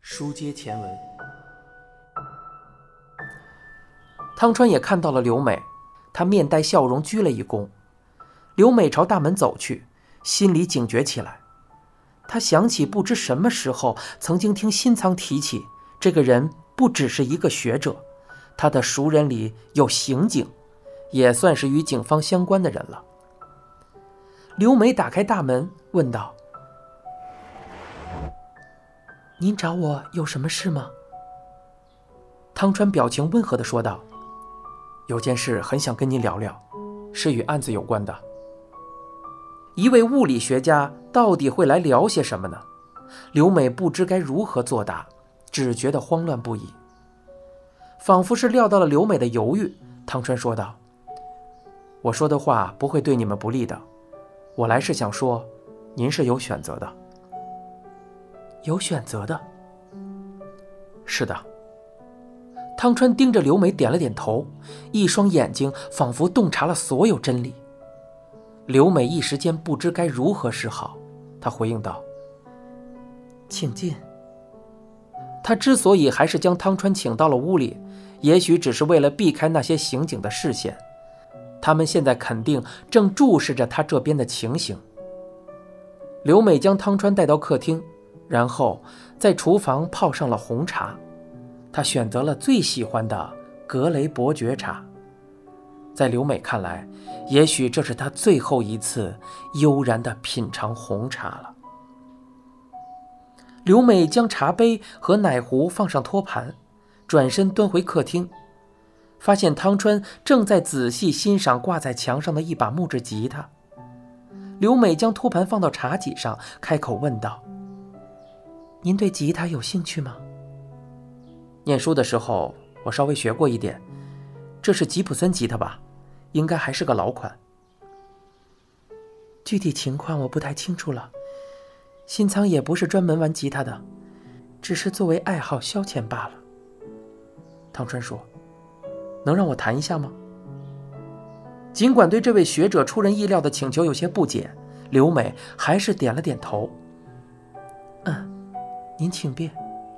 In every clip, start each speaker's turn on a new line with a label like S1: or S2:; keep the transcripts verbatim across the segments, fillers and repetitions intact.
S1: 书接前文，汤川也看到了刘美，他面带笑容鞠了一躬。刘美朝大门走去，心里警觉起来。他想起不知什么时候曾经听新仓提起，这个人不只是一个学者，他的熟人里有刑警，也算是与警方相关的人了。刘美打开大门问道：您找我有什么事吗？汤川表情温和地说道：有件事很想跟您聊聊，是与案子有关的。一位物理学家到底会来聊些什么呢？刘美不知该如何作答，只觉得慌乱不已。仿佛是料到了刘美的犹豫，汤川说道：我说的话不会对你们不利的，我来是想说，您是有选择的。有选择的？是的。汤川盯着刘美点了点头，一双眼睛仿佛洞察了所有真理。刘美一时间不知该如何是好，她回应道：请进。她之所以还是将汤川请到了屋里，也许只是为了避开那些刑警的视线，他们现在肯定正注视着他这边的情形。刘美将汤川带到客厅，然后在厨房泡上了红茶，她选择了最喜欢的格雷伯爵茶。在刘美看来，也许这是她最后一次悠然地品尝红茶了。刘美将茶杯和奶壶放上托盘，转身端回客厅，发现汤川正在仔细欣赏挂在墙上的一把木质吉他。刘美将托盘放到茶几上，开口问道：您对吉他有兴趣吗？念书的时候我稍微学过一点，这是吉普森吉他吧，应该还是个老款。具体情况我不太清楚了，新仓也不是专门玩吉他的，只是作为爱好消遣罢了。汤川说：能让我弹一下吗？尽管对这位学者出人意料的请求有些不解，刘美还是点了点头。嗯，您请便。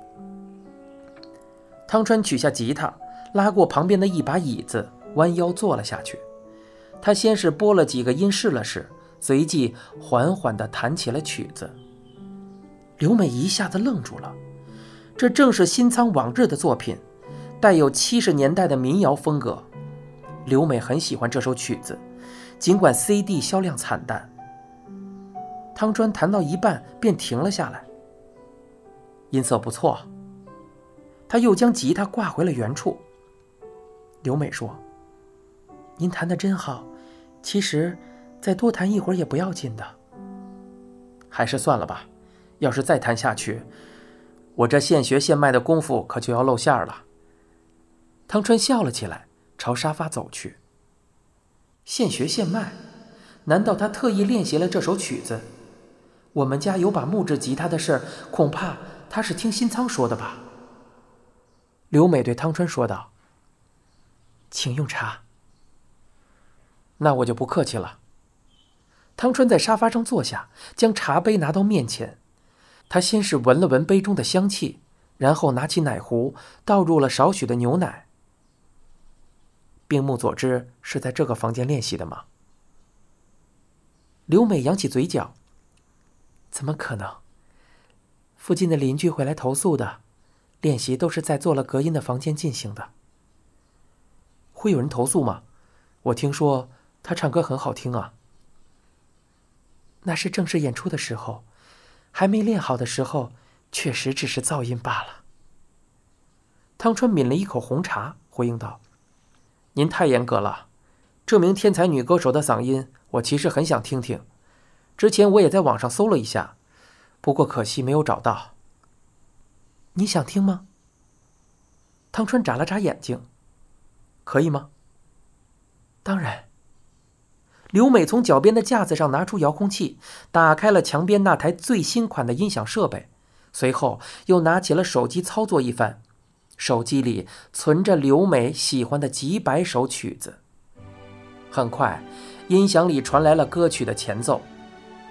S1: 汤川取下吉他，拉过旁边的一把椅子，弯腰坐了下去。他先是拨了几个音试了试，随即缓缓地弹起了曲子。刘美一下子愣住了，这正是新仓往日的作品，带有七十年代的民谣风格。刘美很喜欢这首曲子，尽管 C D 销量惨淡。汤川弹到一半便停了下来。音色不错。他又将吉他挂回了原处。刘美说：您弹得真好，其实再多弹一会儿也不要紧的。还是算了吧，要是再弹下去，我这现学现卖的功夫可就要露馅了。汤川笑了起来，朝沙发走去。现学现卖？难道他特意练习了这首曲子？我们家有把木质吉他的事儿，恐怕他是听新仓说的吧。刘美对汤川说道：请用茶。那我就不客气了。汤川在沙发上坐下，将茶杯拿到面前。他先是闻了闻杯中的香气，然后拿起奶壶倒入了少许的牛奶。并木佐之是在这个房间练习的吗？刘美扬起嘴角：怎么可能？附近的邻居会来投诉的，练习都是在做了隔音的房间进行的。会有人投诉吗？我听说他唱歌很好听啊。那是正式演出的时候，还没练好的时候，确实只是噪音罢了。汤川抿了一口红茶，回应道：您太严格了，这名天才女歌手的嗓音我其实很想听听，之前我也在网上搜了一下，不过可惜没有找到。你想听吗？汤川眨了眨眼睛。可以吗？当然。刘美从脚边的架子上拿出遥控器，打开了墙边那台最新款的音响设备，随后又拿起了手机操作一番。手机里存着刘美喜欢的几百首曲子。很快，音响里传来了歌曲的前奏。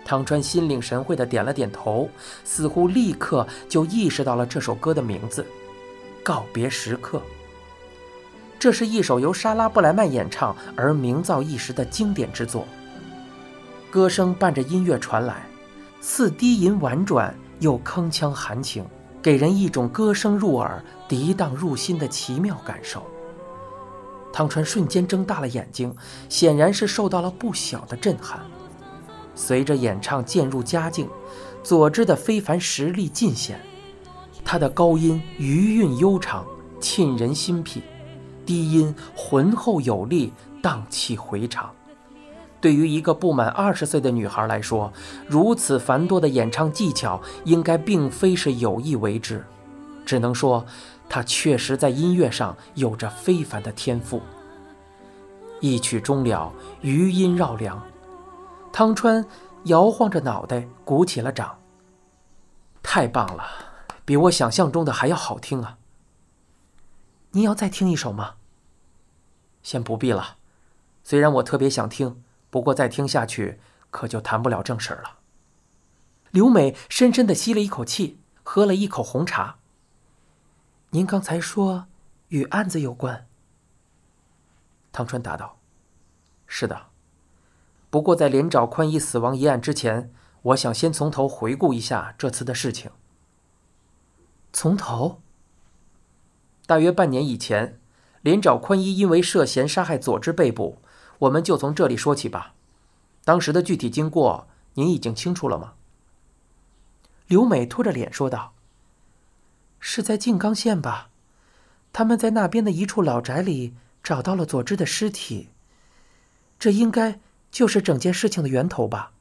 S1: 汤川心领神会地点了点头，似乎立刻就意识到了这首歌的名字《告别时刻》。这是一首由莎拉布莱曼演唱而名噪一时的经典之作，歌声伴着音乐传来，似低吟婉转又铿锵含情，给人一种歌声入耳、涤荡入心的奇妙感受。汤川瞬间睁大了眼睛，显然是受到了不小的震撼。随着演唱渐入佳境，佐之的非凡实力尽显，他的高音余韵悠长，沁人心脾，低音浑厚有力，荡气回肠。对于一个不满二十岁的女孩来说，如此繁多的演唱技巧应该并非是有意为之，只能说她确实在音乐上有着非凡的天赋。一曲终了，余音绕梁，汤川摇晃着脑袋，鼓起了掌。太棒了，比我想象中的还要好听啊！你要再听一首吗？先不必了，虽然我特别想听，不过再听下去可就谈不了正事了。刘美深深地吸了一口气，喝了一口红茶。您刚才说与案子有关？汤川答道：是的，不过在连沼宽一死亡一案之前，我想先从头回顾一下这次的事情。从头？大约半年以前，连沼宽一因为涉嫌杀害佐之被捕，我们就从这里说起吧。当时的具体经过您已经清楚了吗？刘美拖着脸说道：是在静冈县吧，他们在那边的一处老宅里找到了佐之的尸体，这应该就是整件事情的源头吧？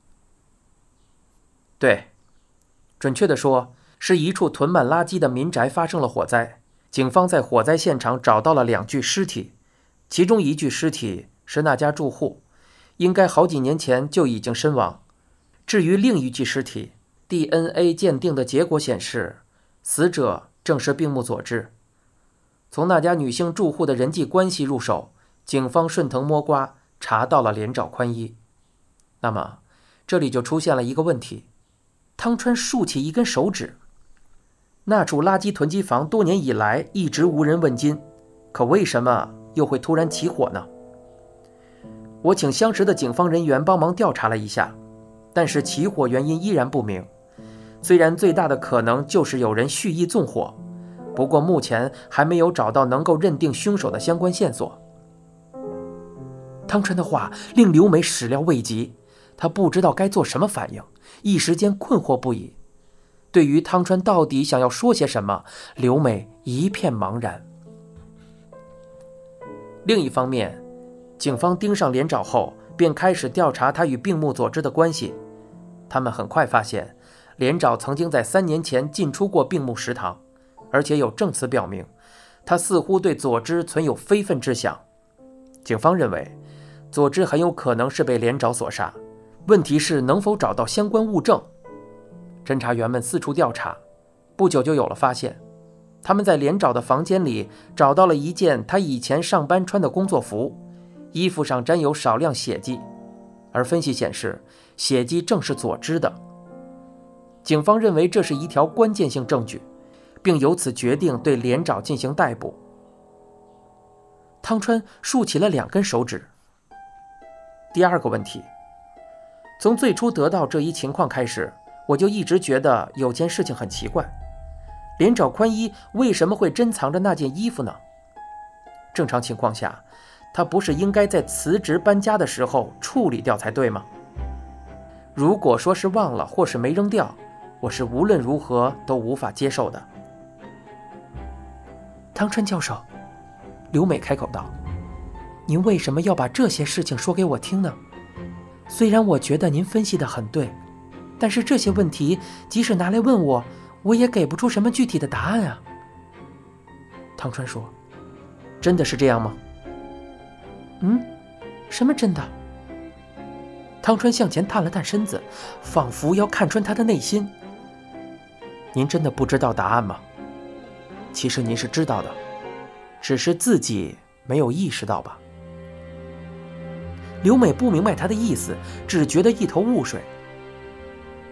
S1: 对，准确地说，是一处囤满垃圾的民宅发生了火灾，警方在火灾现场找到了两具尸体，其中一具尸体是那家住户，应该好几年前就已经身亡。至于另一具尸体， D N A 鉴定的结果显示，死者正是病木佐之。从那家女性住户的人际关系入手，警方顺藤摸瓜查到了连沼宽一。那么这里就出现了一个问题。汤川竖起一根手指，那处垃圾囤积房多年以来一直无人问津，可为什么又会突然起火呢？我请相识的警方人员帮忙调查了一下，但是起火原因依然不明。虽然最大的可能就是有人蓄意纵火，不过目前还没有找到能够认定凶手的相关线索。汤川的话令刘美始料未及，她不知道该做什么反应，一时间困惑不已。对于汤川到底想要说些什么，刘美一片茫然。另一方面，警方盯上连沼后，便开始调查他与病木佐之的关系。他们很快发现，连沼曾经在三年前进出过病木食堂，而且有证词表明，他似乎对佐之存有非分之想。警方认为，佐之很有可能是被连沼所杀，问题是能否找到相关物证。侦查员们四处调查，不久就有了发现。他们在连沼的房间里找到了一件他以前上班穿的工作服，衣服上沾有少量血迹，而分析显示，血迹正是佐之的。警方认为这是一条关键性证据，并由此决定对连沼进行逮捕。汤川竖起了两根手指。第二个问题，从最初得到这一情况开始，我就一直觉得有件事情很奇怪，连沼宽一为什么会珍藏着那件衣服呢？正常情况下，他不是应该在辞职搬家的时候处理掉才对吗？如果说是忘了或是没扔掉，我是无论如何都无法接受的。汤川教授，刘美开口道，您为什么要把这些事情说给我听呢？虽然我觉得您分析得很对，但是这些问题即使拿来问我，我也给不出什么具体的答案啊。汤川说，真的是这样吗？嗯，什么真的？汤川向前探了探身子，仿佛要看穿他的内心。您真的不知道答案吗？其实您是知道的，只是自己没有意识到吧。刘美不明白他的意思，只觉得一头雾水。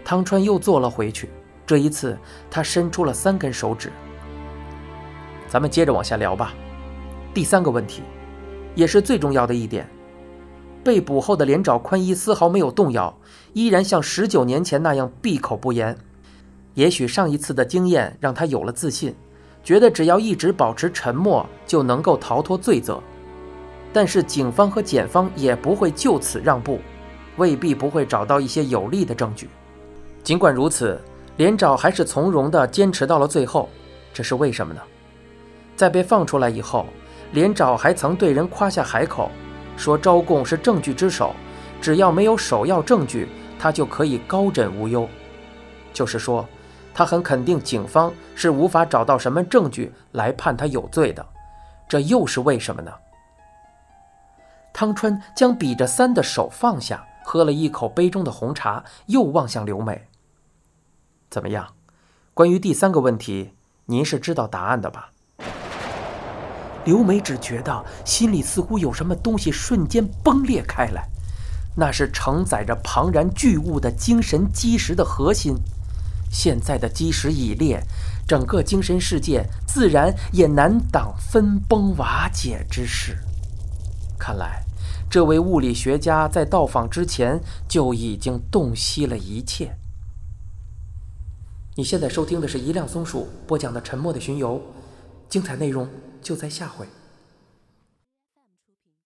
S1: 汤川又坐了回去，这一次他伸出了三根手指。咱们接着往下聊吧。第三个问题，也是最重要的一点，被捕后的连沼宽一丝毫没有动摇，依然像十九年前那样闭口不言。也许上一次的经验让他有了自信，觉得只要一直保持沉默就能够逃脱罪责。但是警方和检方也不会就此让步，未必不会找到一些有力的证据。尽管如此，连沼还是从容地坚持到了最后，这是为什么呢？在被放出来以后，连沼还曾对人夸下海口，说招供是证据之首，只要没有首要证据，他就可以高枕无忧。就是说，他很肯定警方是无法找到什么证据来判他有罪的，这又是为什么呢？汤川将比着三的手放下，喝了一口杯中的红茶，又望向刘美。怎么样？关于第三个问题，您是知道答案的吧？刘美只觉得心里似乎有什么东西瞬间崩裂开来，那是承载着庞然巨物的精神基石的核心。现在的基石已裂，整个精神世界自然也难挡分崩瓦解之势。看来这位物理学家在到访之前就已经洞悉了一切。你现在收听的是一辆松鼠播讲的《沉默的巡游》，精彩内容就在下回。